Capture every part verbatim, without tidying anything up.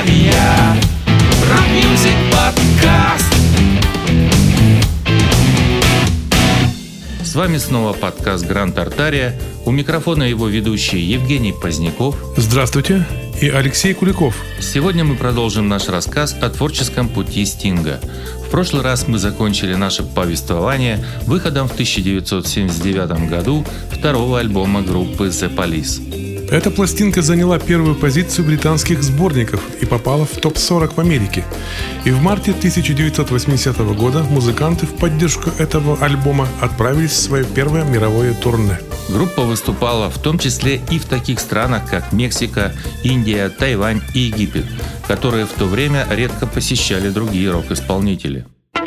Артария. Рок-мьюзик подкаст. С вами снова подкаст Гранд Артария. У микрофона его ведущие Евгений Поздняков. Здравствуйте. И Алексей Куликов. Сегодня мы продолжим наш рассказ о творческом пути Стинга. В прошлый раз мы закончили наше повествование выходом в тысяча девятьсот семьдесят девятом году второго альбома группы The Police. Эта пластинка заняла первую позицию британских сборников и попала в топ сорок в Америке. И в марте тысяча девятьсот восьмидесятого года музыканты в поддержку этого альбома отправились в свое первое мировое турне. Группа выступала в том числе и в таких странах, как Мексика, Индия, Тайвань и Египет, которые в то время редко посещали другие рок-исполнители.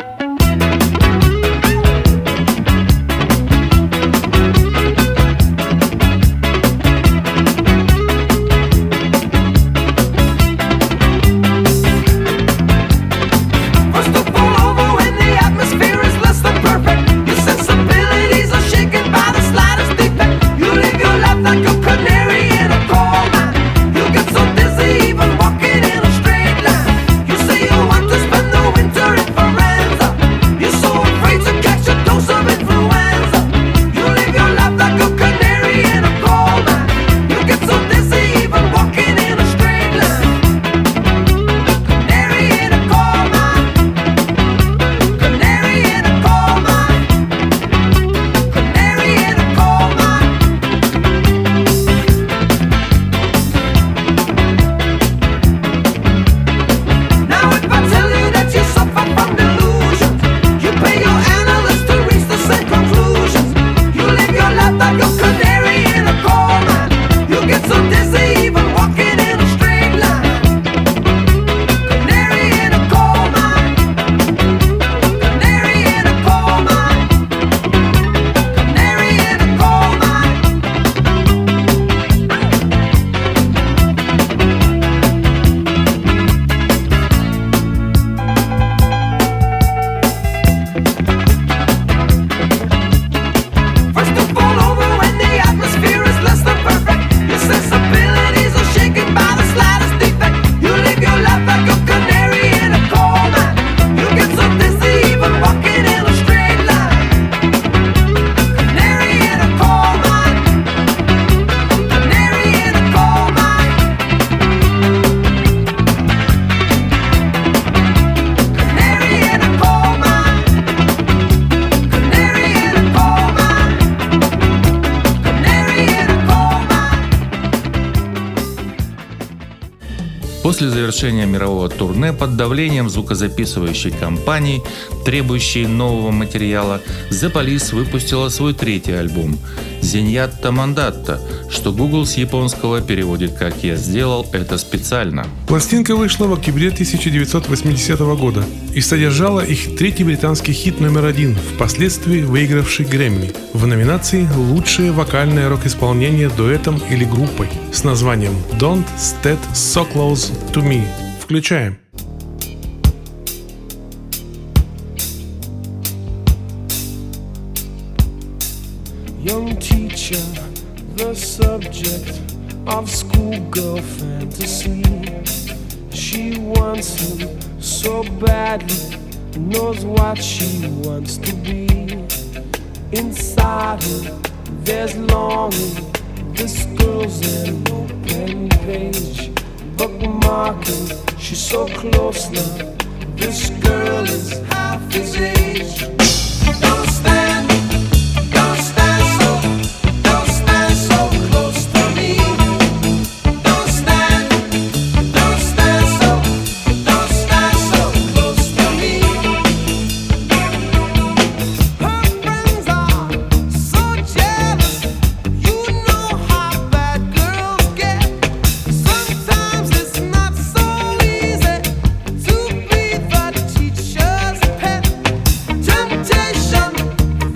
После завершения мирового турне под давлением звукозаписывающей компании, требующей нового материала, The Police выпустила свой третий альбом «Зеньятта Мандатта», что Google с японского переводит как «Я сделал это специально». Пластинка вышла в октябре тысяча девятьсот восьмидесятого года и содержала их третий британский хит номер один, впоследствии выигравший Грэмми, в номинации «Лучшее вокальное рок-исполнение дуэтом или группой» с названием «Don't Stand So Close to Me». Включаем. Young teacher, the subject of schoolgirl fantasy. She wants him so badly, knows what she wants to be. Inside her, there's longing. This girl's an open page, bookmarking. She's so close now. This girl is half his age. Don't stand. Temptation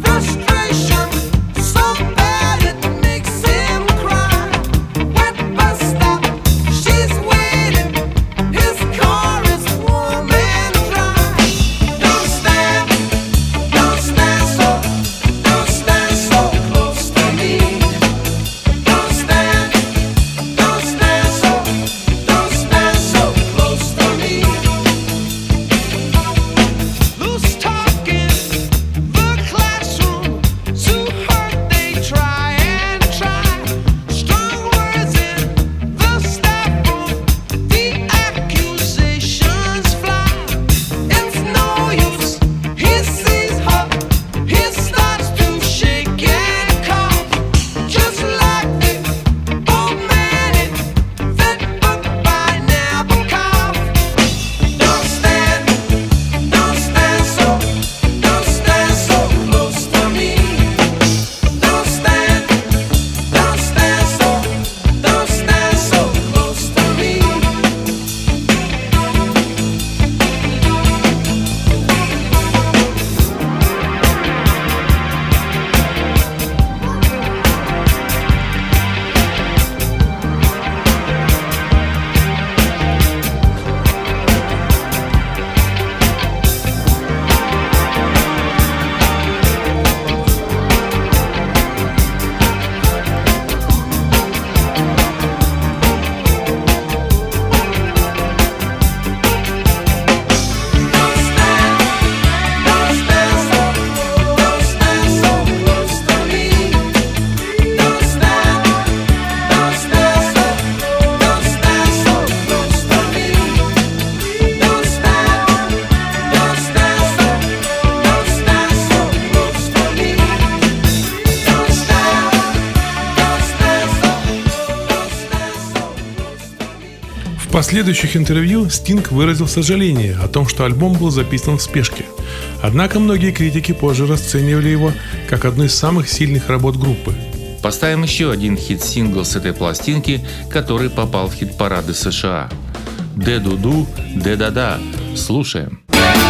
В последующих интервью Стинг выразил сожаление о том, что альбом был записан в спешке. Однако многие критики позже расценивали его как одну из самых сильных работ группы. Поставим еще один хит-сингл с этой пластинки, который попал в хит-парады США. «Де-ду-ду, де-да-да». Слушаем.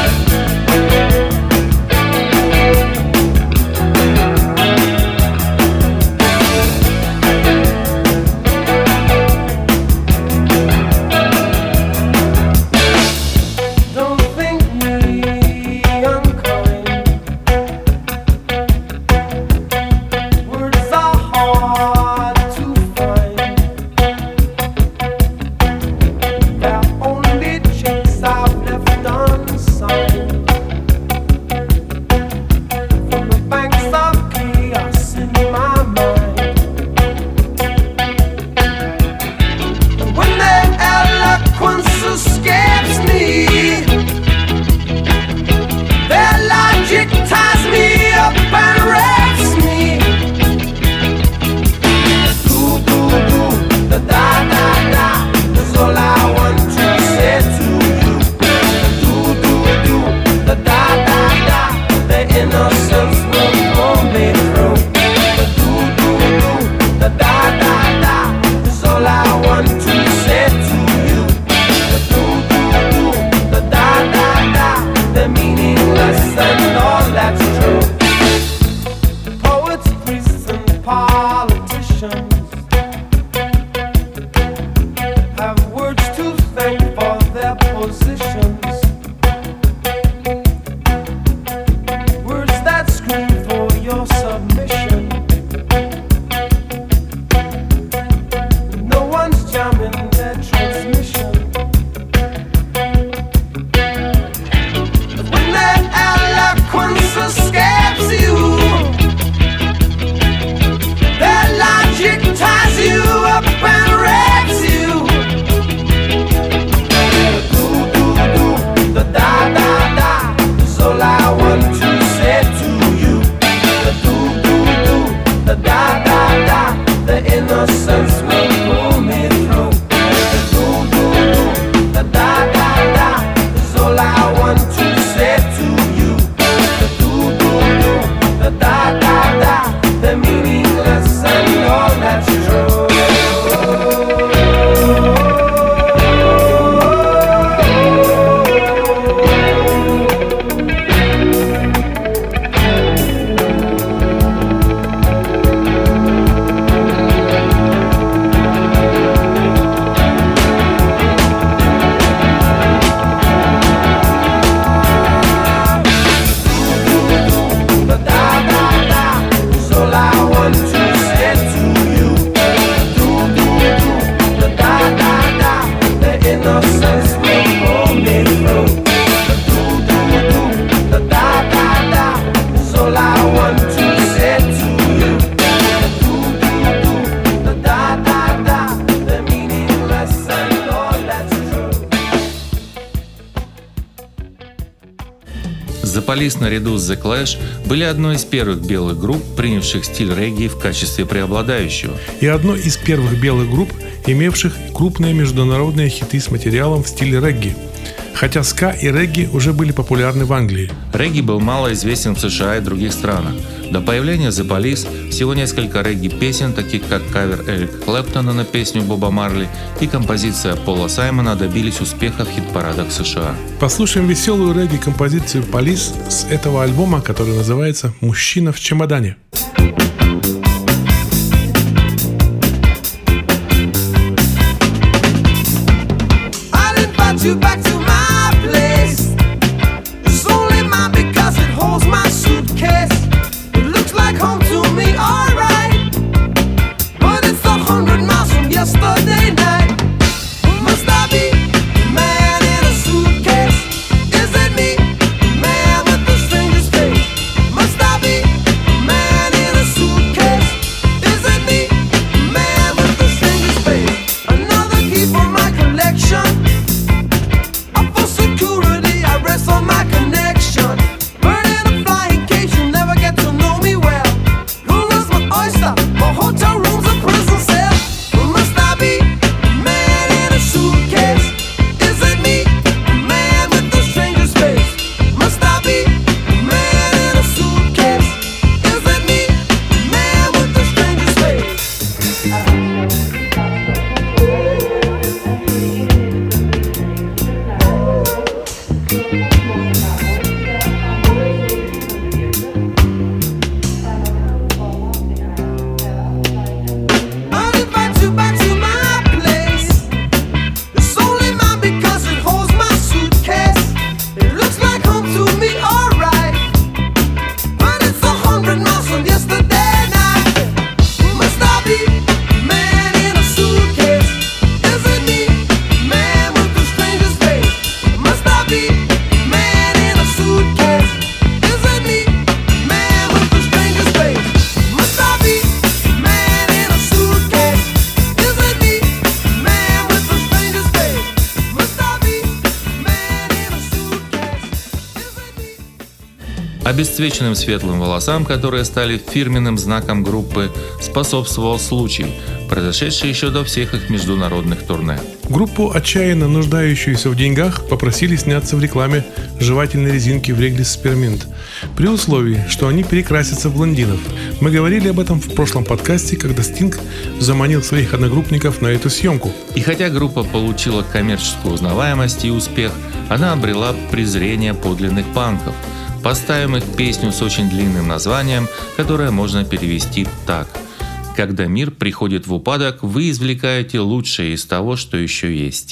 The Police наряду с The Clash были одной из первых белых групп, принявших стиль регги в качестве преобладающего. И одной из первых белых групп, имевших крупные международные хиты с материалом в стиле регги. Хотя ска и регги уже были популярны в Англии. Регги был мало известен в США и других странах. До появления The Police всего несколько регги-песен, таких как кавер Эрика Клэптона на песню Боба Марли и композиция Пола Саймона, добились успеха в хит-парадах США. Послушаем веселую регги-композицию Police с этого альбома, который называется «Мужчина в чемодане». You back to my place. It's only mine because it holds my suitcase. It looks like home to me, alright. But it's a hundred miles from yesterday night. Must I be the man in a suitcase? Is it me, the man with the strangest face? Must I be the man in a suitcase? Is it me, the man with the strangest face? Another key for my collection. On my connection, burning a flying cage, you'll never get to know me well. Luna's my oyster, my hotel room's a prison cell. Well, must I be a man in a suitcase? Обесцвеченным светлым волосам, которые стали фирменным знаком группы, способствовал случай, произошедший еще до всех их международных турне. Группу, отчаянно нуждающуюся в деньгах, попросили сняться в рекламе жевательной резинки Wrigley's Spearmint, при условии, что они перекрасятся в блондинов. Мы говорили об этом в прошлом подкасте, когда Стинг заманил своих одногруппников на эту съемку. И хотя группа получила коммерческую узнаваемость и успех, она обрела презрение подлинных панков. Поставим их песню с очень длинным названием, которое можно перевести так: «Когда мир приходит в упадок, вы извлекаете лучшее из того, что еще есть».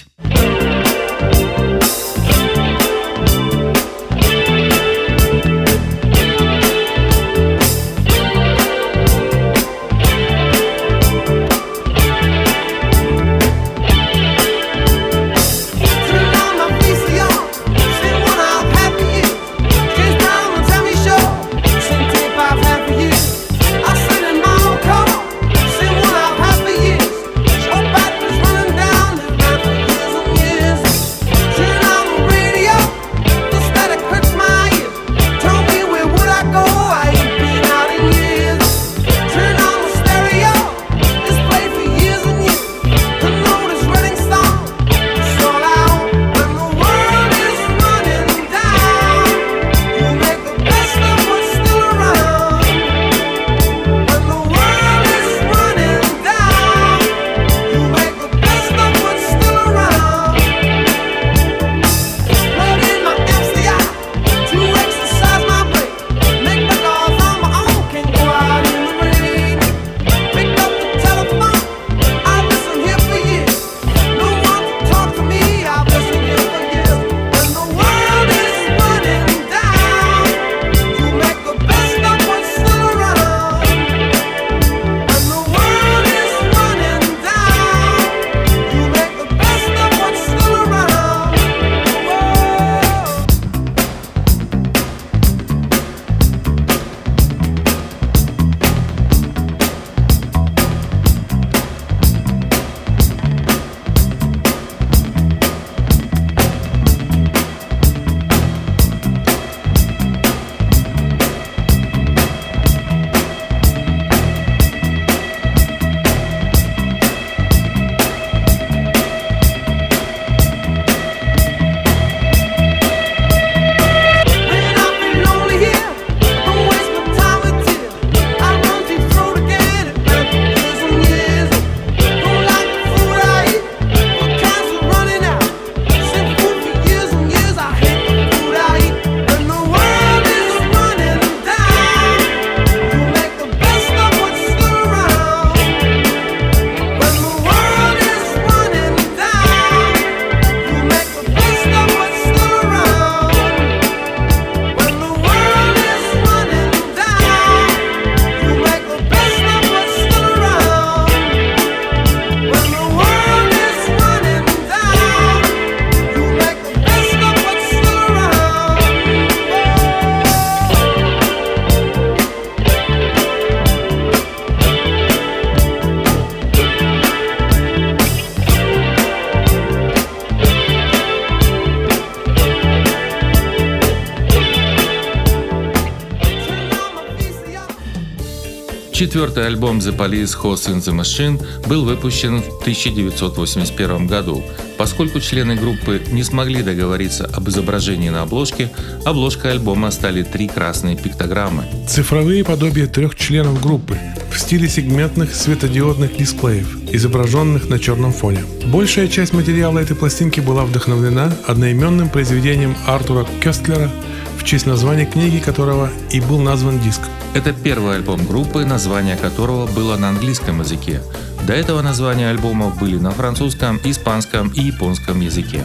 Четвертый альбом The Police House in the Machine был выпущен в тысяча девятьсот восемьдесят первом году. Поскольку члены группы не смогли договориться об изображении на обложке, обложкой альбома стали три красные пиктограммы. Цифровые подобия трех членов группы в стиле сегментных светодиодных дисплеев, изображенных на черном фоне. Большая часть материала этой пластинки была вдохновлена одноименным произведением Артура Кёстлера, в честь названия книги которого и был назван диск. Это первый альбом группы, название которого было на английском языке. До этого названия альбомов были на французском, испанском и японском языке.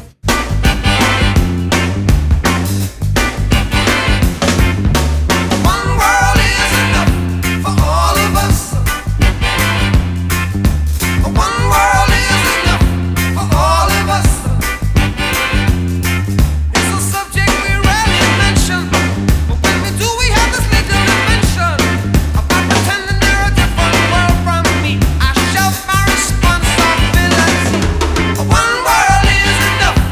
One world is enough.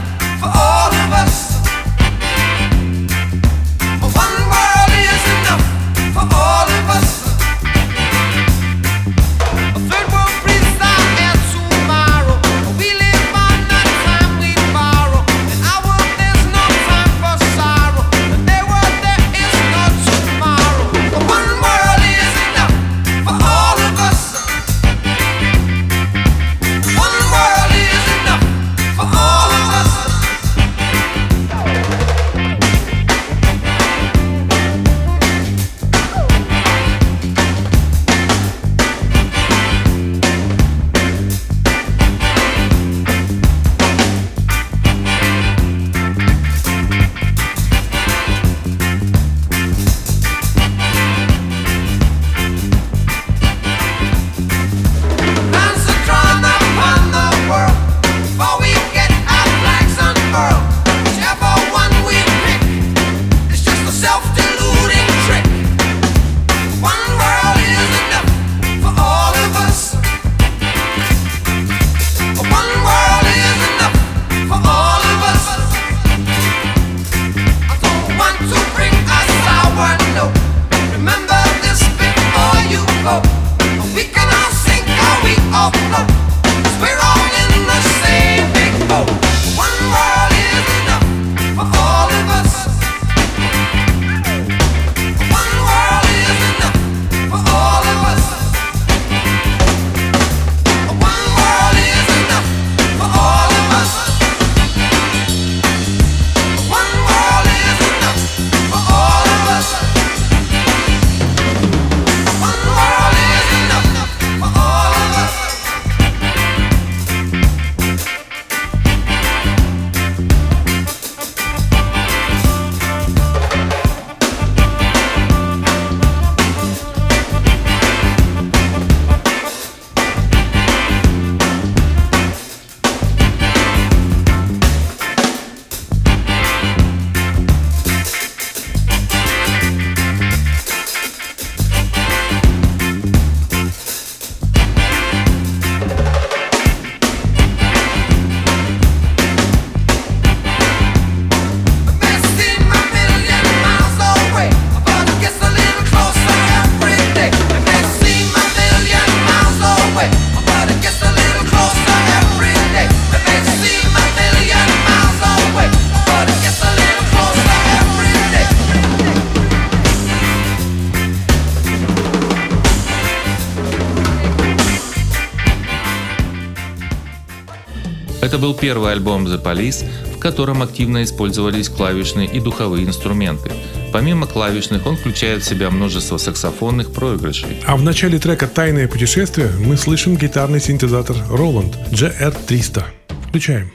Это был первый альбом The Police, в котором активно использовались клавишные и духовые инструменты. Помимо клавишных, он включает в себя множество саксофонных проигрышей. А в начале трека «Тайное путешествие» мы слышим гитарный синтезатор Roland джи эр триста. Включаем.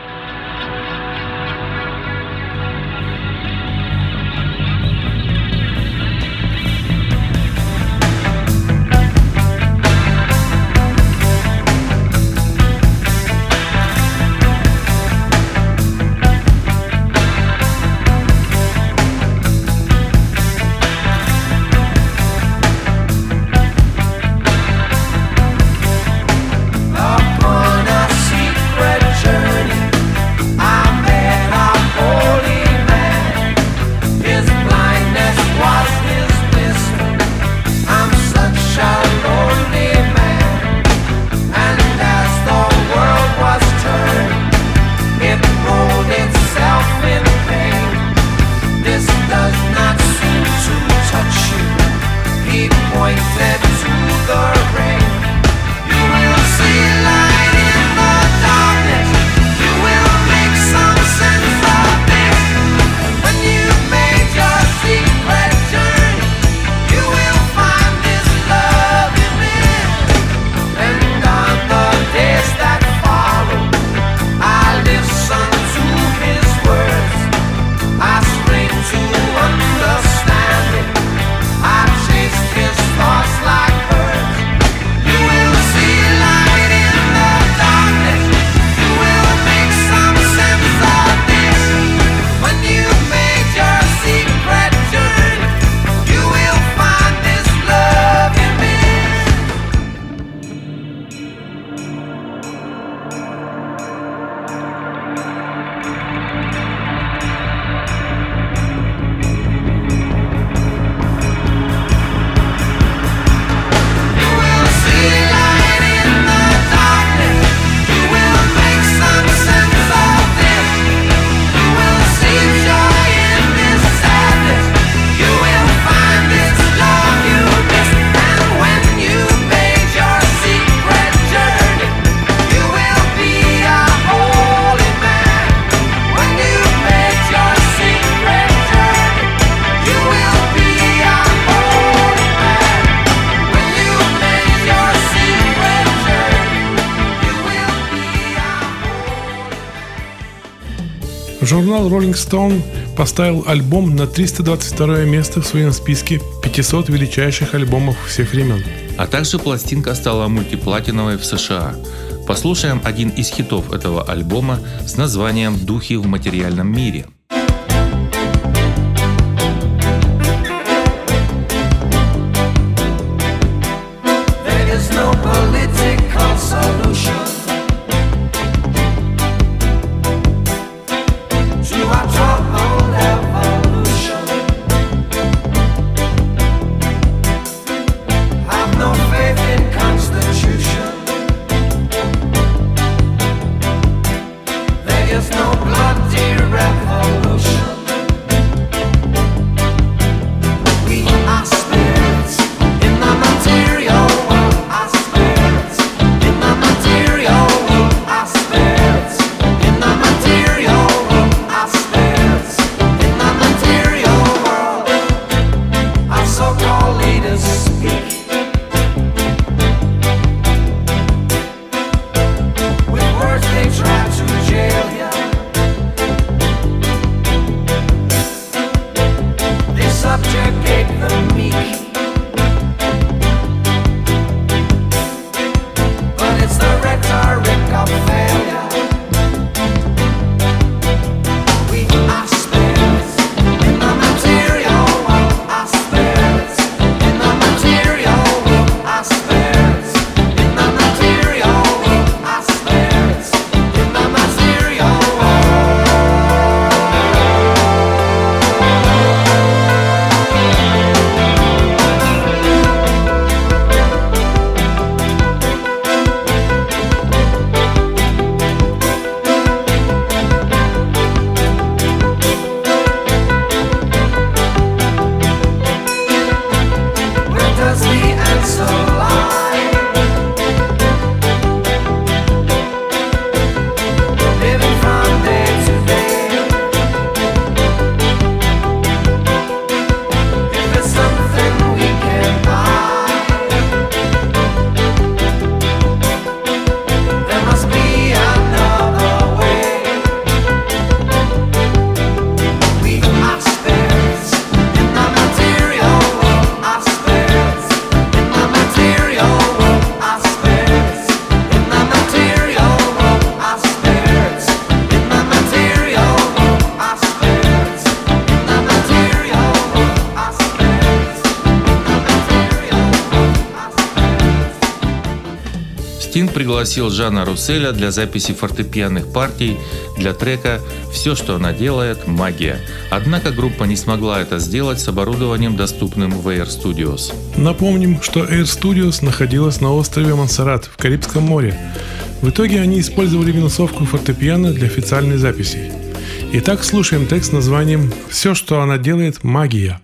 Upon a secret journey, I met a holy man. His blindness was his wisdom. I'm such a lonely man. And as the world was turning, it rolled itself in pain. This does not seem to touch you. He pointed to the rain. You will see light in the darkness. You will make some sense of this. When you've made your secret journey, you will find this love in it. And on the days that follow, I listen to his words. I strain to understand it. I chased his thoughts like birds. You will see light in the darkness. You will make some sense of this. When you've made your secret journey, you will find this love you miss. You will see light in the darkness. You will make some sense of this. You will see joy in this sadness. You will find this love you miss. And when you made your secret journey, you will be a holy man. When you made your secret journey, you will be a holy man. When you made your secret journey, you will be a holy. Журнал Rolling Stone поставил альбом на триста двадцать второе место в своем списке пятисот величайших альбомов всех времен. А также пластинка стала мультиплатиновой в США. Послушаем один из хитов этого альбома с названием «Духи в материальном мире». There is no political solution to our troubled evolution. Have no faith in Constitution. There is no bloody revolution. Стинг пригласил Жана Русселя для записи фортепианных партий для трека «Все, что она делает, магия». Однако группа не смогла это сделать с оборудованием, доступным в Air Studios. Напомним, что Air Studios находилась на острове Монсеррат в Карибском море. В итоге они использовали минусовку фортепиано для официальной записи. Итак, слушаем текст с названием «Все, что она делает, магия».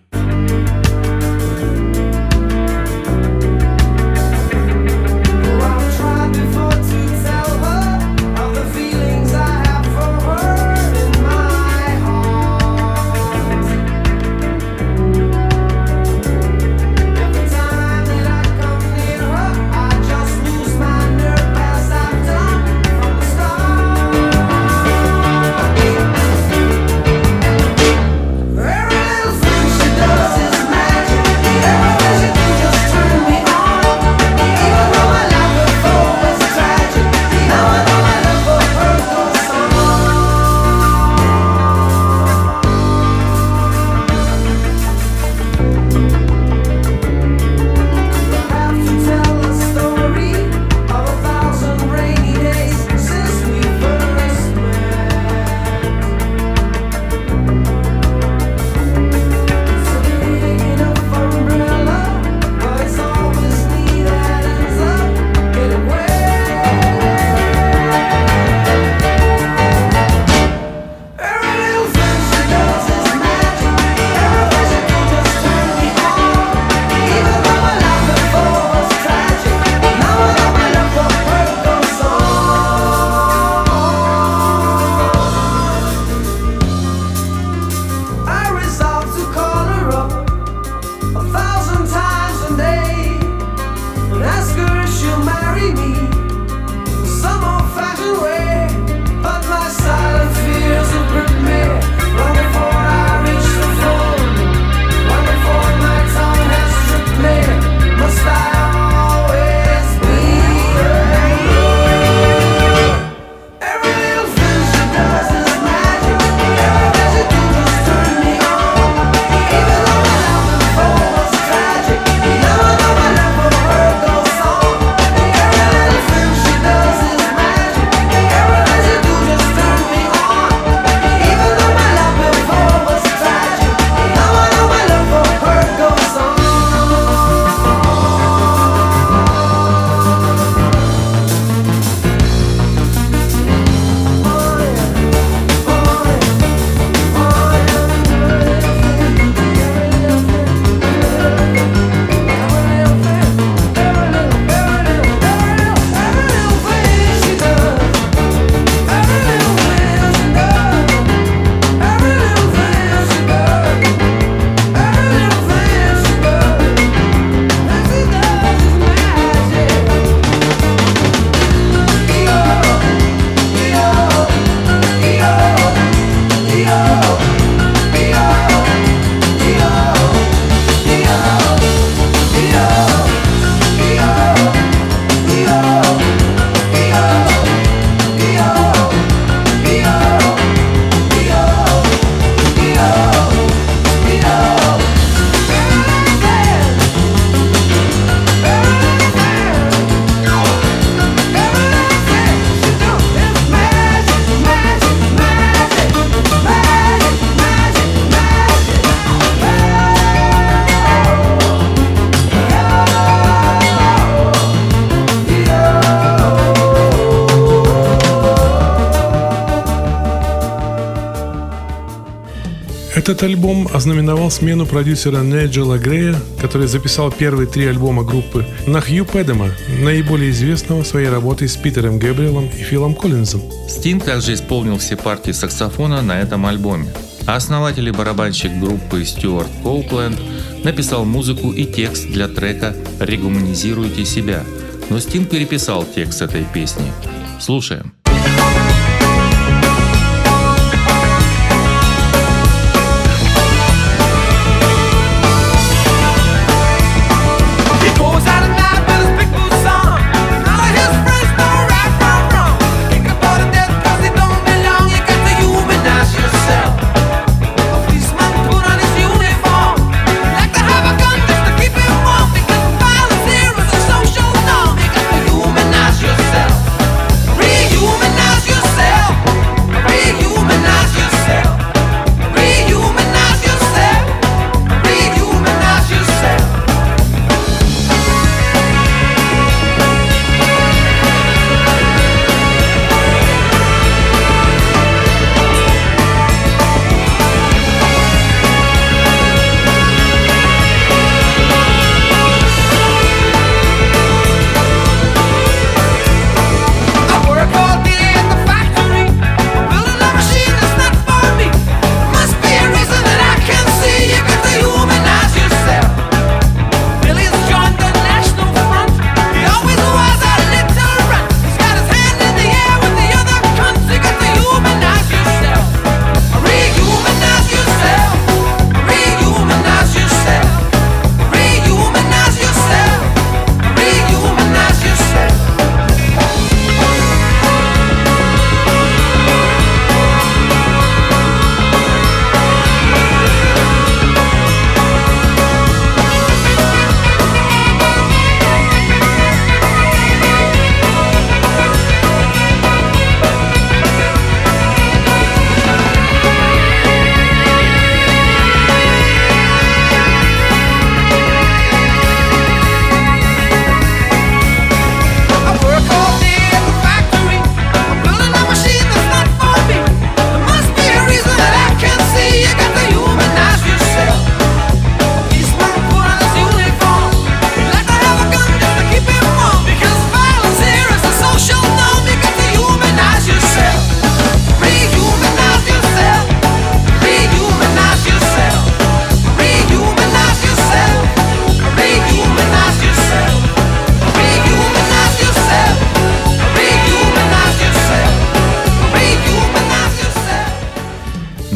Этот альбом ознаменовал смену продюсера Найджела Грея, который записал первые три альбома группы, на Хью Пэдема, наиболее известного своей работой с Питером Гэбриэлом и Филом Коллинзом. Стинг также исполнил все партии саксофона на этом альбоме. А основатель и барабанщик группы Стюарт Коупленд написал музыку и текст для трека «Регуманизируйте себя». Но Стинг переписал текст этой песни. Слушаем. Yourself.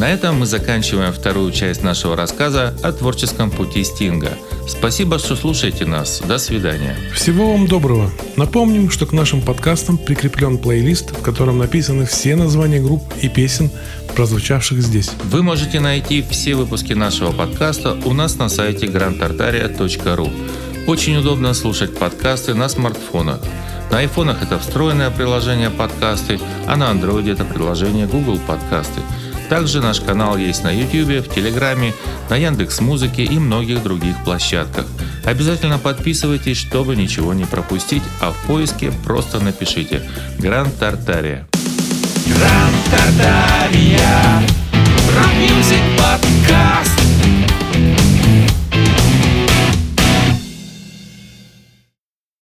На этом мы заканчиваем вторую часть нашего рассказа о творческом пути Стинга. Спасибо, что слушаете нас. До свидания. Всего вам доброго. Напомним, что к нашим подкастам прикреплен плейлист, в котором написаны все названия групп и песен, прозвучавших здесь. Вы можете найти все выпуски нашего подкаста у нас на сайте гранд тартария точка ру. Очень удобно слушать подкасты на смартфонах. На айфонах это встроенное приложение подкасты, а на андроиде это приложение Google Подкасты. Также наш канал есть на YouTube, в Телеграме, на Яндекс.Музыке и многих других площадках. Обязательно подписывайтесь, чтобы ничего не пропустить, а в поиске просто напишите «Гранд Тартария». Гранд Тартария. Рок-мьюзик